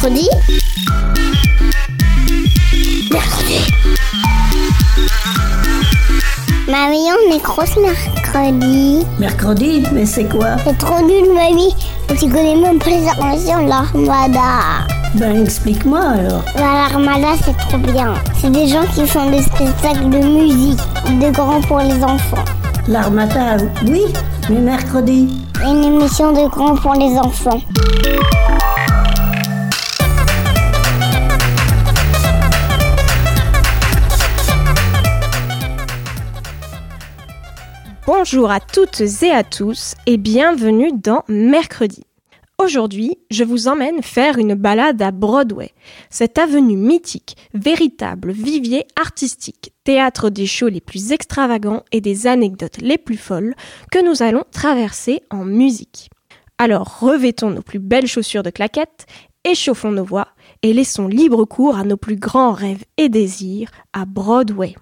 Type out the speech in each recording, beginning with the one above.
Mercredi. Mamie, on est grosse mercredi. Mercredi? Mais c'est quoi? C'est trop nul, mamie. Tu connais même pas les armations de l'Armada. Ben, explique-moi alors. L'Armada, c'est trop bien. C'est des gens qui font des spectacles de musique, de grands pour les enfants. L'Armada, oui, mais mercredi? Une émission de grands pour les enfants. Bonjour à toutes et à tous et bienvenue dans Mercredi. Aujourd'hui, je vous emmène faire une balade à Broadway, cette avenue mythique, véritable vivier artistique, théâtre des shows les plus extravagants et des anecdotes les plus folles que nous allons traverser en musique. Alors revêtons nos plus belles chaussures de claquettes, échauffons nos voix et laissons libre cours à nos plus grands rêves et désirs à Broadway.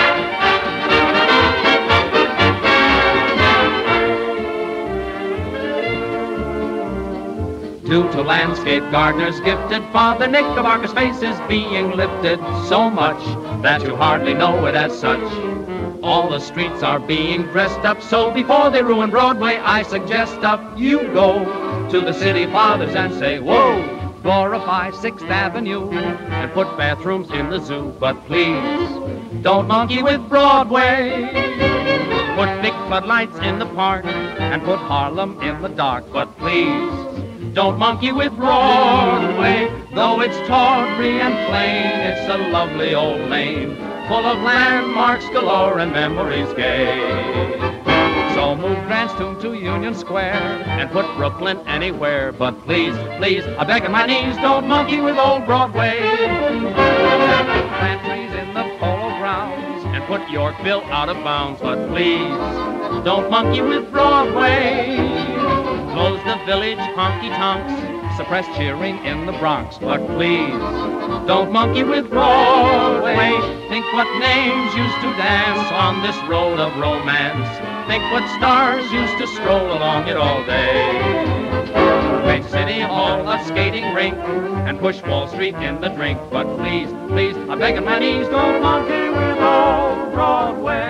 Due to landscape gardeners gifted, Father Knickerbocker's face is being lifted so much that you hardly know it as such. All the streets are being dressed up, so before they ruin Broadway, I suggest up you go to the city fathers and say, whoa, glorify 6th Avenue and put bathrooms in the zoo. But please, don't monkey with Broadway. Put big floodlights in the park and put Harlem in the dark. But please, don't monkey with Broadway. Though it's tawdry and plain, it's a lovely old lane, full of landmarks galore and memories gay. So move Grant's Tomb to Union Square and put Brooklyn anywhere. But please, please, I beg on my knees, don't monkey with old Broadway. Put pantries in the Polo Grounds and put Yorkville out of bounds. But please, don't monkey with Broadway. Close the village honky-tonks, suppress cheering in the Bronx. But please, don't monkey with Broadway. Think what names used to dance on this road of romance. Think what stars used to stroll along it all day. Make City Hall a skating rink and push Wall Street in the drink. But please, please, I beg on my knees, don't monkey with old Broadway.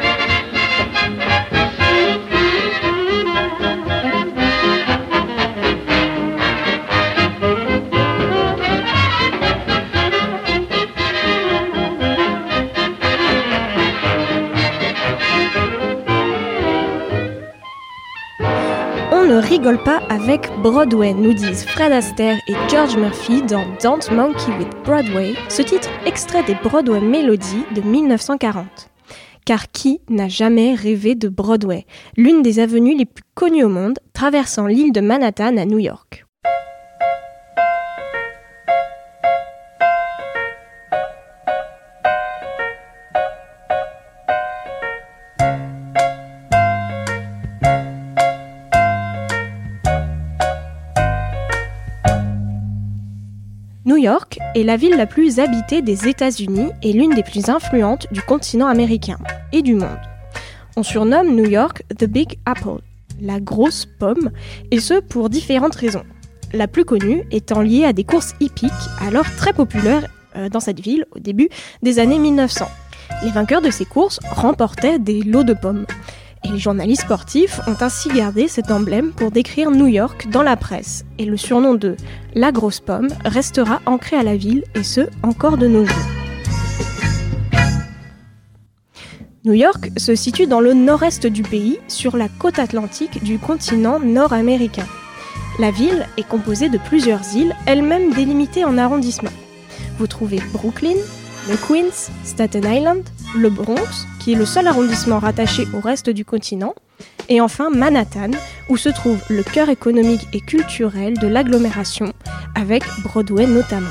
On ne rigole pas avec Broadway, nous disent Fred Astaire et George Murphy dans Don't Monkey with Broadway, ce titre extrait des Broadway Melodies de 1940. Car qui n'a jamais rêvé de Broadway, l'une des avenues les plus connues au monde, traversant l'île de Manhattan à New York. New York est la ville la plus habitée des États-Unis et l'une des plus influentes du continent américain et du monde. On surnomme New York The Big Apple, la grosse pomme, et ce pour différentes raisons. La plus connue étant liée à des courses hippiques, alors très populaires dans cette ville au début des années 1900. Les vainqueurs de ces courses remportaient des lots de pommes. Et les journalistes sportifs ont ainsi gardé cet emblème pour décrire New York dans la presse. Et le surnom de « La Grosse Pomme » restera ancré à la ville, et ce, encore de nos jours. New York se situe dans le nord-est du pays, sur la côte atlantique du continent nord-américain. La ville est composée de plusieurs îles, elles-mêmes délimitées en arrondissements. Vous trouvez Brooklyn, le Queens, Staten Island, le Bronx, qui est le seul arrondissement rattaché au reste du continent, et enfin Manhattan, où se trouve le cœur économique et culturel de l'agglomération, avec Broadway notamment.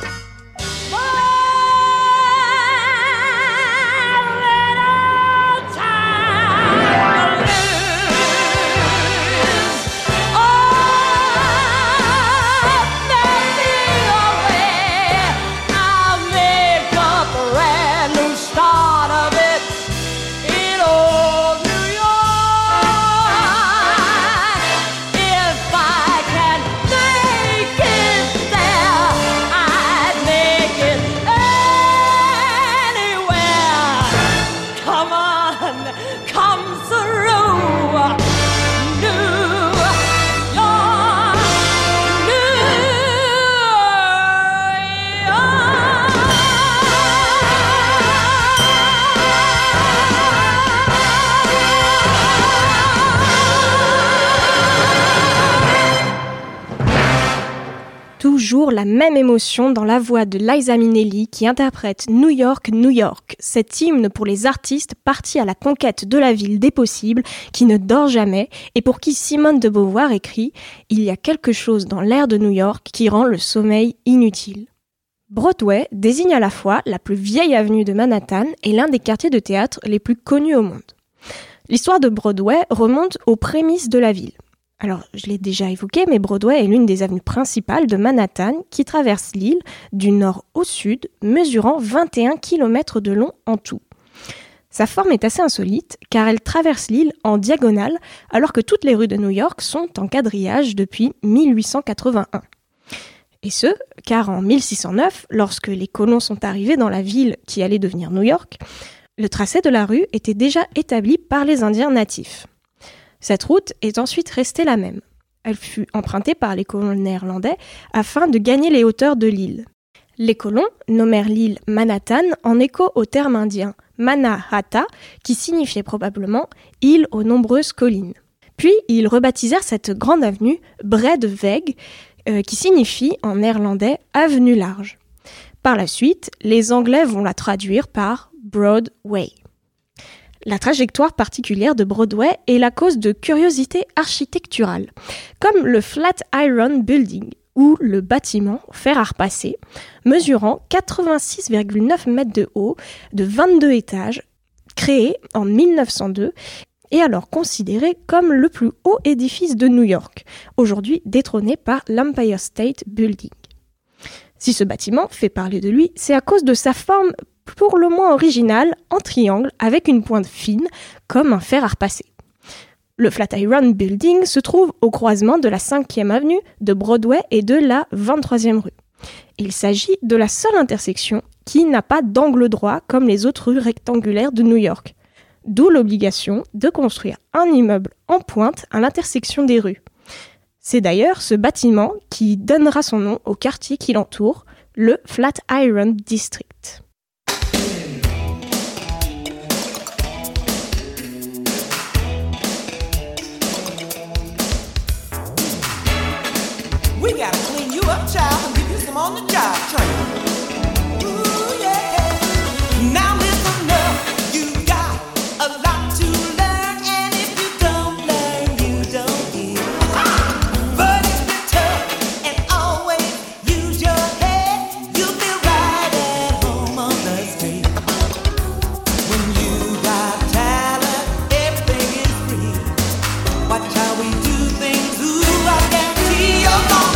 toujours la même émotion dans la voix de Liza Minnelli qui interprète New York, New York, cet hymne pour les artistes partis à la conquête de la ville des possibles, qui ne dort jamais, et pour qui Simone de Beauvoir écrit « Il y a quelque chose dans l'air de New York qui rend le sommeil inutile ». Broadway désigne à la fois la plus vieille avenue de Manhattan et l'un des quartiers de théâtre les plus connus au monde. L'histoire de Broadway remonte aux prémices de la ville. Alors, je l'ai déjà évoqué, mais Broadway est l'une des avenues principales de Manhattan qui traverse l'île du nord au sud, mesurant 21 km de long en tout. Sa forme est assez insolite, car elle traverse l'île en diagonale, alors que toutes les rues de New York sont en quadrillage depuis 1881. Et ce, car en 1609, lorsque les colons sont arrivés dans la ville qui allait devenir New York, le tracé de la rue était déjà établi par les Indiens natifs. Cette route est ensuite restée la même. Elle fut empruntée par les colons néerlandais afin de gagner les hauteurs de l'île. Les colons nommèrent l'île Manhattan en écho au terme indien Manahatta, qui signifiait probablement « île aux nombreuses collines ». Puis ils rebaptisèrent cette grande avenue Breedweg, qui signifie en néerlandais « avenue large ». Par la suite, les Anglais vont la traduire par « Broadway ». La trajectoire particulière de Broadway est la cause de curiosités architecturales, comme le Flatiron Building, ou le bâtiment fer à repasser, mesurant 86,9 mètres de haut, de 22 étages, créé en 1902, et alors considéré comme le plus haut édifice de New York, aujourd'hui détrôné par l'Empire State Building. Si ce bâtiment fait parler de lui, c'est à cause de sa forme pour le moins originale, en triangle, avec une pointe fine, comme un fer à repasser. Le Flatiron Building se trouve au croisement de la 5e avenue, de Broadway et de la 23e rue. Il s'agit de la seule intersection qui n'a pas d'angle droit comme les autres rues rectangulaires de New York. D'où l'obligation de construire un immeuble en pointe à l'intersection des rues. C'est d'ailleurs ce bâtiment qui donnera son nom au quartier qui l'entoure, le Flatiron District. We gotta clean you up, child, and give you some on-the-job training. Ooh, yeah. Now listen up, you got a lot to learn, and if you don't learn, you don't give. But if you're tough and always use your head, you'll be right at home on the street. When you got talent, everything is free. Watch how we do things, ooh, I guarantee you're gonna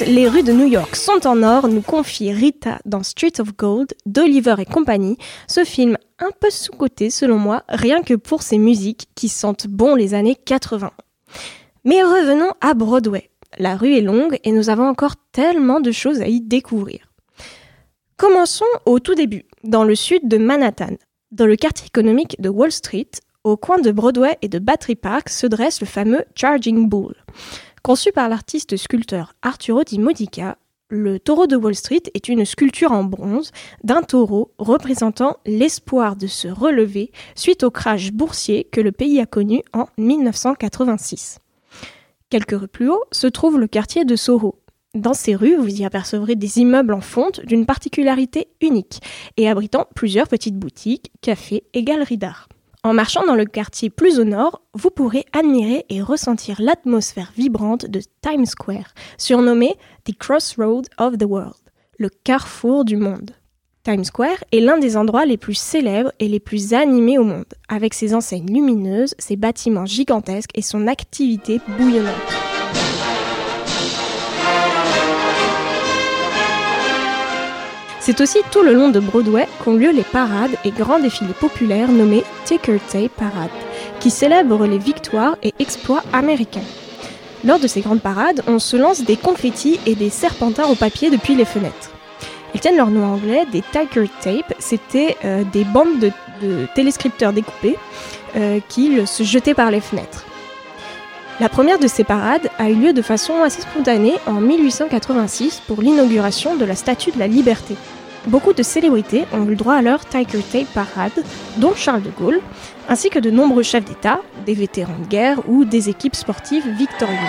les rues de New York sont en or, nous confie Rita dans Streets of Gold d'Oliver et compagnie. Ce film un peu sous-coté selon moi, rien que pour ses musiques qui sentent bon les années 80. Mais revenons à Broadway. La rue est longue et nous avons encore tellement de choses à y découvrir. Commençons au tout début, dans le sud de Manhattan. Dans le quartier économique de Wall Street, au coin de Broadway et de Battery Park se dresse le fameux Charging Bull. Conçu par l'artiste sculpteur Arturo Di Modica, le taureau de Wall Street est une sculpture en bronze d'un taureau représentant l'espoir de se relever suite au crash boursier que le pays a connu en 1986. Quelques rues plus haut se trouve le quartier de Soho. Dans ces rues, vous y apercevrez des immeubles en fonte d'une particularité unique et abritant plusieurs petites boutiques, cafés et galeries d'art. En marchant dans le quartier plus au nord, vous pourrez admirer et ressentir l'atmosphère vibrante de Times Square, surnommé The Crossroads of the World, le carrefour du monde. Times Square est l'un des endroits les plus célèbres et les plus animés au monde, avec ses enseignes lumineuses, ses bâtiments gigantesques et son activité bouillonnante. C'est aussi tout le long de Broadway qu'ont lieu les parades et grands défilés populaires nommés Ticker Tape Parade, qui célèbrent les victoires et exploits américains. Lors de ces grandes parades, on se lance des confettis et des serpentins au papier depuis les fenêtres. Elles tiennent leur nom anglais, des Ticker Tape, c'était des bandes de téléscripteurs découpés qui se jetaient par les fenêtres. La première de ces parades a eu lieu de façon assez spontanée en 1886 pour l'inauguration de la Statue de la Liberté. Beaucoup de célébrités ont eu le droit à leur Ticker Tape Parade, dont Charles de Gaulle, ainsi que de nombreux chefs d'État, des vétérans de guerre ou des équipes sportives victorieuses.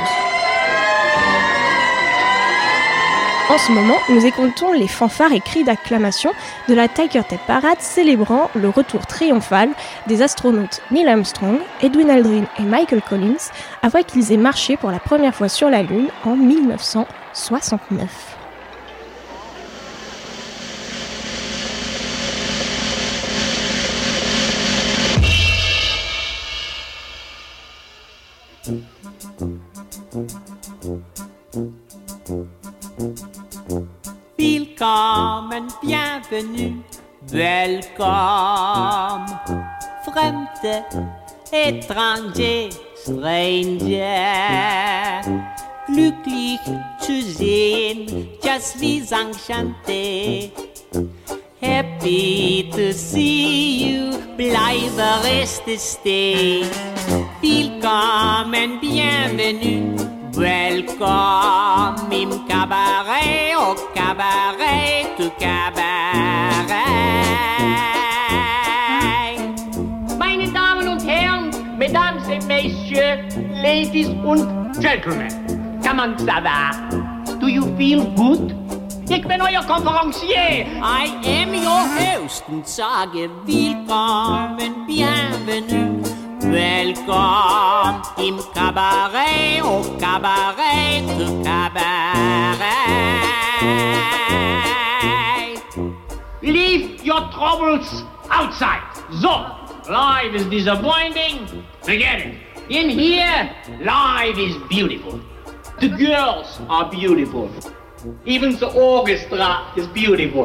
En ce moment, nous écoutons les fanfares et cris d'acclamation de la Ticker Tape Parade célébrant le retour triomphal des astronautes Neil Armstrong, Edwin Aldrin et Michael Collins après qu'ils aient marché pour la première fois sur la Lune en 1969. Willkommen, bienvenue, welcome. Fremde, étranger, stranger. Glücklich zu sehen, just vis enchanté. Happy to see you, bleibe reste stay. Willkommen, bienvenue, welcome im Cabaret, au Cabaret, du Cabaret. Meine Damen und Herren, Mesdames et Messieurs, Ladies und Gentlemen, comment ça va? Do you feel good? Ich bin euer Konferencier. I am your host und sage willkommen, bienvenue. Welcome im Cabaret, au Cabaret, du Cabaret. Leave your troubles outside. So, life is disappointing. Forget it. In here, life is beautiful. The girls are beautiful. Even the orchestra is beautiful.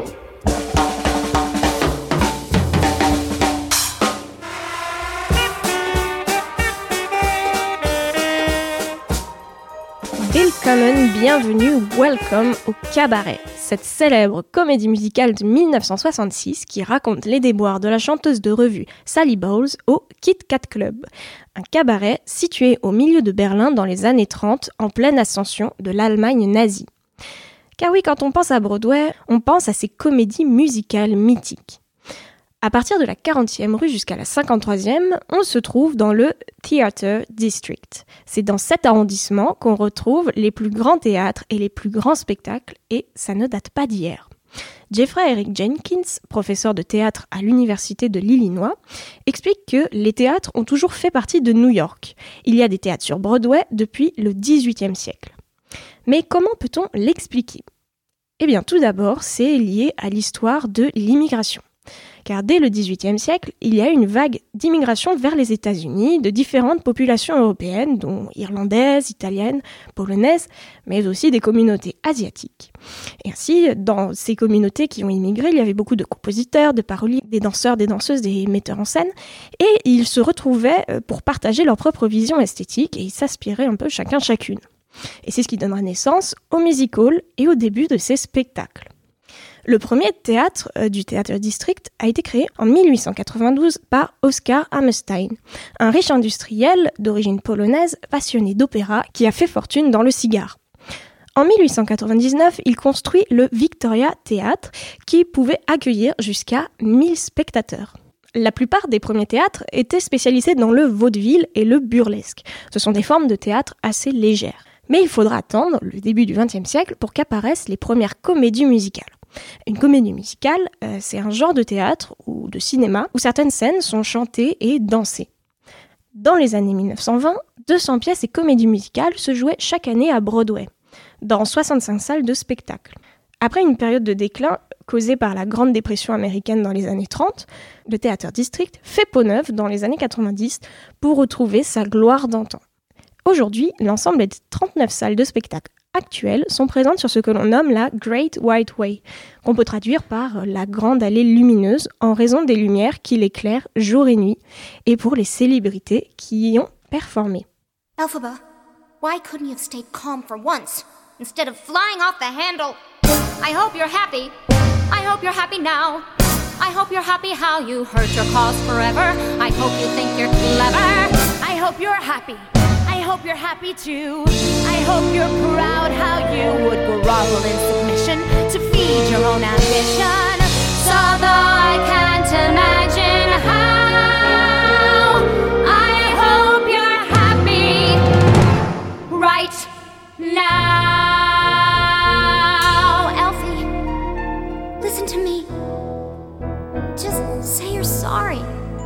Willkommen, bienvenue ou welcome au Cabaret, cette célèbre comédie musicale de 1966 qui raconte les déboires de la chanteuse de revue Sally Bowles au Kit Kat Club, un cabaret situé au milieu de Berlin dans les années 30 en pleine ascension de l'Allemagne nazie. Car oui, quand on pense à Broadway, on pense à ces comédies musicales mythiques. À partir de la 40e rue jusqu'à la 53e, on se trouve dans le Theatre District. C'est dans cet arrondissement qu'on retrouve les plus grands théâtres et les plus grands spectacles, et ça ne date pas d'hier. Jeffrey Eric Jenkins, professeur de théâtre à l'Université de l'Illinois, explique que les théâtres ont toujours fait partie de New York. Il y a des théâtres sur Broadway depuis le XVIIIe siècle. Mais comment peut-on l'expliquer ? Eh bien, tout d'abord, c'est lié à l'histoire de l'immigration. car dès le XVIIIe siècle, il y a eu une vague d'immigration vers les États-Unis de différentes populations européennes, dont irlandaises, italiennes, polonaises, mais aussi des communautés asiatiques. Et ainsi, dans ces communautés qui ont immigré, il y avait beaucoup de compositeurs, de paroliers, des danseurs, des danseuses, des metteurs en scène, et ils se retrouvaient pour partager leur propre vision esthétique et ils s'inspiraient un peu chacune. Et c'est ce qui donnera naissance au music-hall et au début de ces spectacles. Le premier théâtre du Theater District a été créé en 1892 par Oskar Hammerstein, un riche industriel d'origine polonaise passionné d'opéra qui a fait fortune dans le cigare. En 1899, il construit le Victoria Theatre qui pouvait accueillir jusqu'à 1000 spectateurs. La plupart des premiers théâtres étaient spécialisés dans le vaudeville et le burlesque. Ce sont des formes de théâtre assez légères. Mais il faudra attendre le début du XXe siècle pour qu'apparaissent les premières comédies musicales. Une comédie musicale, c'est un genre de théâtre ou de cinéma où certaines scènes sont chantées et dansées. Dans les années 1920, 200 pièces et comédies musicales se jouaient chaque année à Broadway, dans 65 salles de spectacle. Après une période de déclin causée par la Grande Dépression américaine dans les années 30, le Theater District fait peau neuve dans les années 90 pour retrouver sa gloire d'antan. Aujourd'hui, l'ensemble des 39 salles de spectacle actuelles sont présentes sur ce que l'on nomme la Great White Way, qu'on peut traduire par la Grande Allée Lumineuse en raison des lumières qui l'éclairent jour et nuit, et pour les célébrités qui y ont performé. Elphaba, why couldn't you have stayed calm for once, instead of flying off the handle? I hope you're happy. I hope you're happy now. I hope you're happy how you hurt your cause forever. I hope you think you're clever. I hope you're happy. I hope you're happy too. I hope you're proud how you would grovel in submission to feed your own ambition. So though I can't imagine how, I hope you're happy right now. Elfie, listen to me. Just say you're sorry.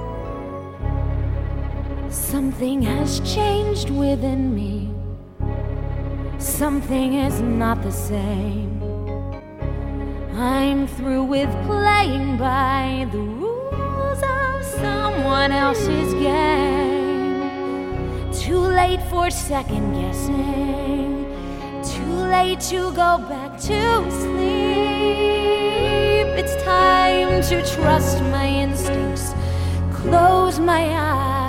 Something has changed within me. Something is not the same. I'm through with playing by the rules of someone else's game. Too late for second guessing. Too late to go back to sleep. It's time to trust my instincts. Close my eyes.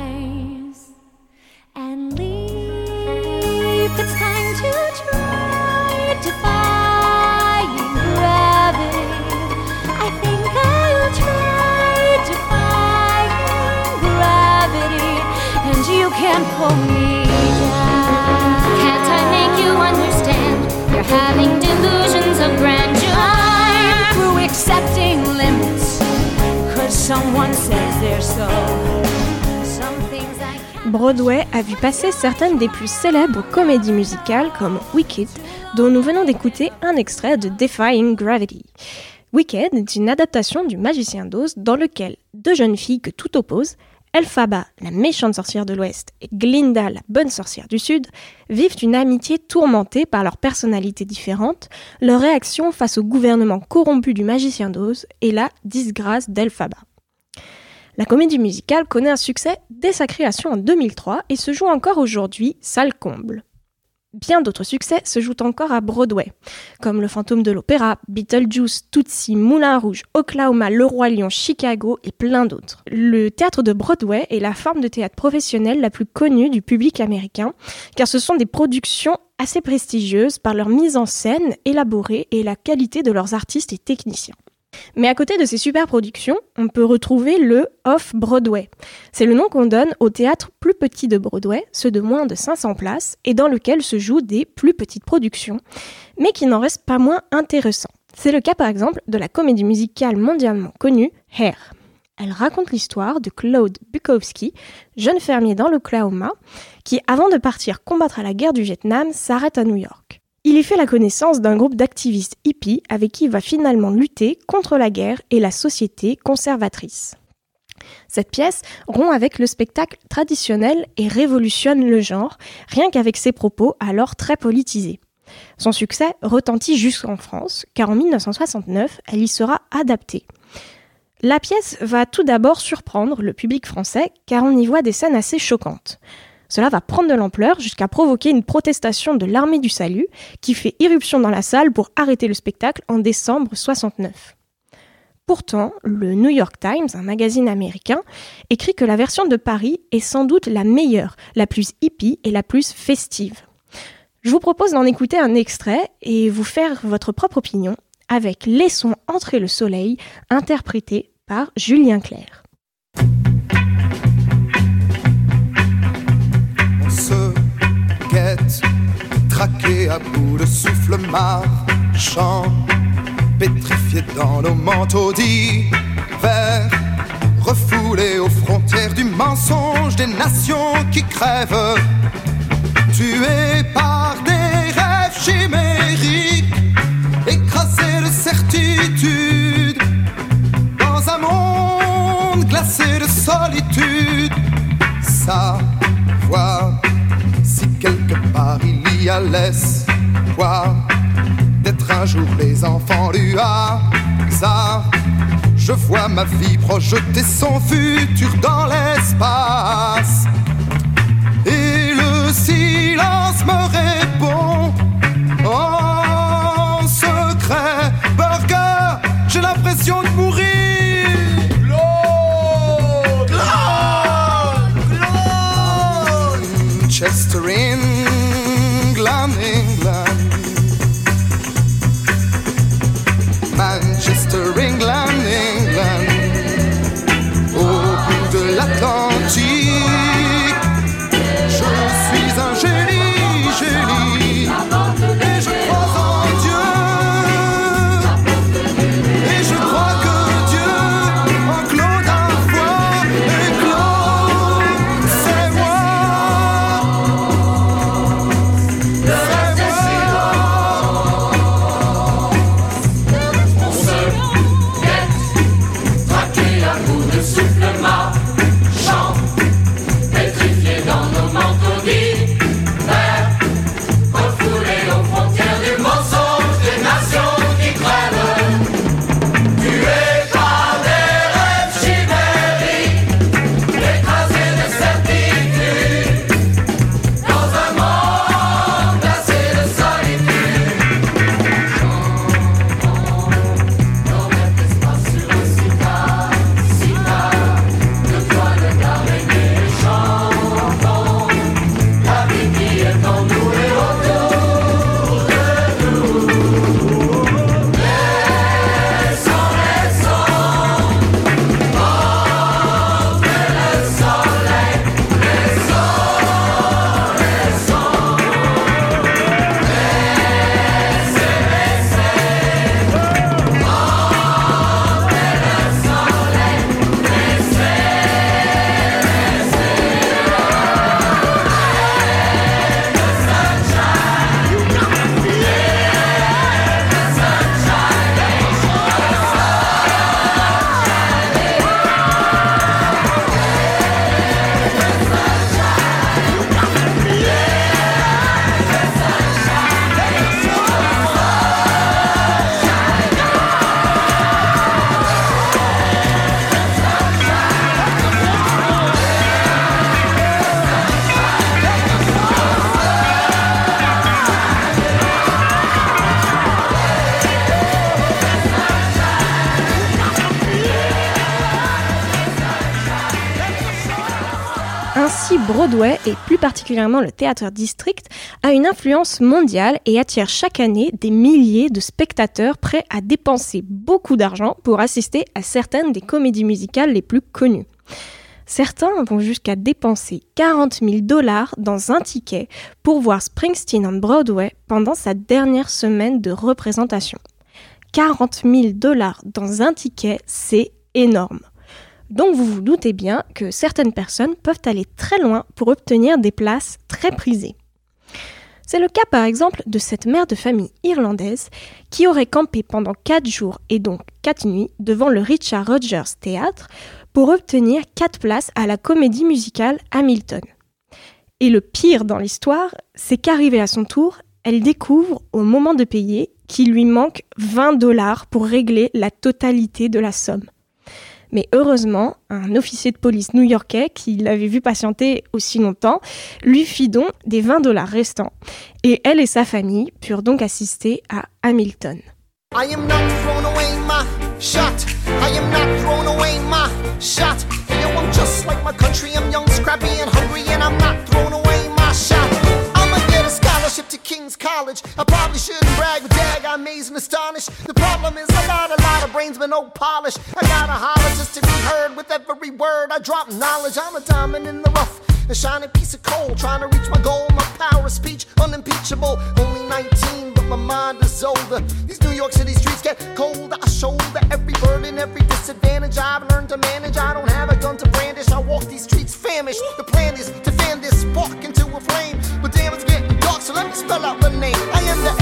It's time to try defying gravity. I think I'll try defying gravity, and you can't pull me down. Can't I make you understand? You're having delusions of grandeur. I'm through accepting limits, 'cause someone says they're so. Broadway a vu passer certaines des plus célèbres comédies musicales comme Wicked, dont nous venons d'écouter un extrait de Defying Gravity. Wicked est une adaptation du Magicien d'Oz dans lequel deux jeunes filles que tout oppose, Elphaba, la méchante sorcière de l'Ouest, et Glinda, la bonne sorcière du Sud, vivent une amitié tourmentée par leurs personnalités différentes, leur réaction face au gouvernement corrompu du Magicien d'Oz et la disgrâce d'Elphaba. La comédie musicale connaît un succès dès sa création en 2003 et se joue encore aujourd'hui, salle comble. Bien d'autres succès se jouent encore à Broadway, comme Le Fantôme de l'Opéra, Beetlejuice, Tootsie, Moulin Rouge, Oklahoma, Le Roi Lion, Chicago et plein d'autres. Le théâtre de Broadway est la forme de théâtre professionnelle la plus connue du public américain, car ce sont des productions assez prestigieuses par leur mise en scène élaborée et la qualité de leurs artistes et techniciens. Mais à côté de ces super productions, on peut retrouver le Off-Broadway. C'est le nom qu'on donne aux théâtres plus petits de Broadway, ceux de moins de 500 places, et dans lesquels se jouent des plus petites productions, mais qui n'en restent pas moins intéressants. C'est le cas par exemple de la comédie musicale mondialement connue Hair. Elle raconte l'histoire de Claude Bukowski, jeune fermier dans l'Oklahoma, qui, avant de partir combattre à la guerre du Vietnam, s'arrête à New York. Il y fait la connaissance d'un groupe d'activistes hippies avec qui il va finalement lutter contre la guerre et la société conservatrice. Cette pièce rompt avec le spectacle traditionnel et révolutionne le genre, rien qu'avec ses propos alors très politisés. Son succès retentit jusqu'en France, car en 1969, elle y sera adaptée. La pièce va tout d'abord surprendre le public français car on y voit des scènes assez choquantes. Cela va prendre de l'ampleur jusqu'à provoquer une protestation de l'Armée du Salut qui fait irruption dans la salle pour arrêter le spectacle en décembre 69. Pourtant, le New York Times, un magazine américain, écrit que la version de Paris est sans doute la meilleure, la plus hippie et la plus festive. Je vous propose d'en écouter un extrait et vous faire votre propre opinion avec Laissons entrer le soleil, interprété par Julien Clerc. On se guette, traqué à bout de souffle marchand, pétrifié dans nos manteaux d'hiver, refoulés aux frontières du mensonge des nations qui crèvent, tués par des rêves chimériques, écrasés de certitude, dans un monde glacé de solitude. Savoir si quelque part il y a l'espoir d'être un jour les enfants du hasard. Je vois ma vie projeter son futur dans l'espace, et le silence me répond en secret. Burger, j'ai l'impression de mourir. Manchester, England, England. Manchester, England, England. Au bout de l'Atlantique, je suis un génie, génie. Et je crois en Dieu. Et je crois que Dieu enclos d'un foie éclos. C'est moi. Ainsi, Broadway, et plus particulièrement le théâtre District, a une influence mondiale et attire chaque année des milliers de spectateurs prêts à dépenser beaucoup d'argent pour assister à certaines des comédies musicales les plus connues. Certains vont jusqu'à dépenser $40,000 dans un ticket pour voir Springsteen on Broadway pendant sa dernière semaine de représentation. $40,000 dans un ticket, c'est énorme. Donc vous vous doutez bien que certaines personnes peuvent aller très loin pour obtenir des places très prisées. C'est le cas par exemple de cette mère de famille irlandaise qui aurait campé pendant 4 jours et donc 4 nuits devant le Richard Rodgers Theatre pour obtenir 4 places à la comédie musicale Hamilton. Et le pire dans l'histoire, c'est qu'arrivée à son tour, elle découvre au moment de payer qu'il lui manque $20 pour régler la totalité de la somme. Mais heureusement, un officier de police new-yorkais qui l'avait vu patienter aussi longtemps lui fit don des $20 restants. Et elle et sa famille purent donc assister à Hamilton. I am not throwing away my shot. I am not throwing away my shot. Hey, yo, I'm just like my country. I'm young, scrappy, and hungry, and I'm not throwing away my shot. I'ma get a scholarship to King's College. I probably shouldn't brag, but dag, I'm amazed and astonished. The problem is I got a lot of brains, but no polish. I gotta holler just to be heard with every word. I drop knowledge. I'm a diamond in the rough, a shining piece of coal, trying to reach my goal. My power of speech, unimpeachable. Only 19, but my mind is older. These New York City streets get colder. I shoulder every burden, every disadvantage I've learned to manage. I don't have a gun to brandish. I walk these streets famished. The plan is to fan this spark into a flame. But damn, it's getting dark, so let me spell out the name. I am the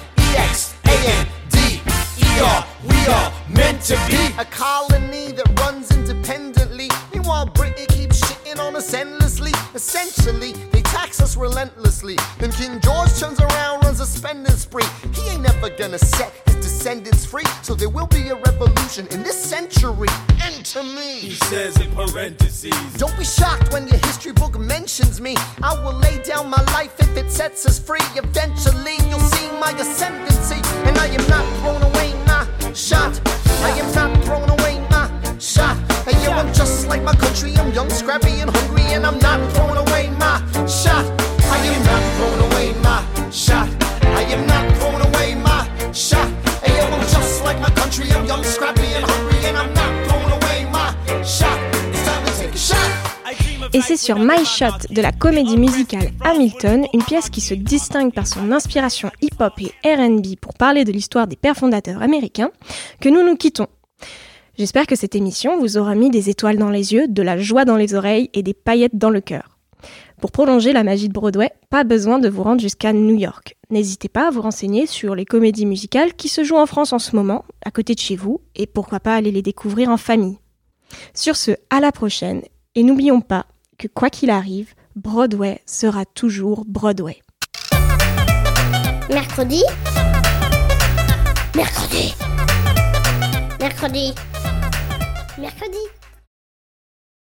A-L-E-X-A-N-D-E-R. We are meant to be a colony that runs independently. Meanwhile, Britain keeps shitting on us endlessly. Essentially, they tax us relentlessly. Then King George turns around, runs a spending spree. He ain't never gonna set his descendants free. So there will be a revolution in this century. Enter me, he says in parentheses. Don't be shocked when your history book mentions me. I will lay down my life if it sets us free. Eventually, you'll see my ascendancy. And I am not throwing away my shot. I am not throwing away my shot. And yo, I'm just like my country. I'm young, scrappy, and hungry, and I'm not throwing away my shot. I am not throwing away my shot. I am not throwing away my shot. And yo, I'm just like my country. I'm young, scrappy, and hungry, and I'm not throwing away my shot. It's time to take a shot. Et c'est sur My Shot de la comédie musicale Hamilton, une pièce qui se distingue par son inspiration hip-hop et R&B pour parler de l'histoire des pères fondateurs américains, que nous nous quittons. J'espère que cette émission vous aura mis des étoiles dans les yeux, de la joie dans les oreilles et des paillettes dans le cœur. Pour prolonger la magie de Broadway, pas besoin de vous rendre jusqu'à New York. N'hésitez pas à vous renseigner sur les comédies musicales qui se jouent en France en ce moment, à côté de chez vous, et pourquoi pas aller les découvrir en famille. Sur ce, à la prochaine, et n'oublions pas que quoi qu'il arrive, Broadway sera toujours Broadway. Mercredi. Mercredi. Mercredi. Mercredi.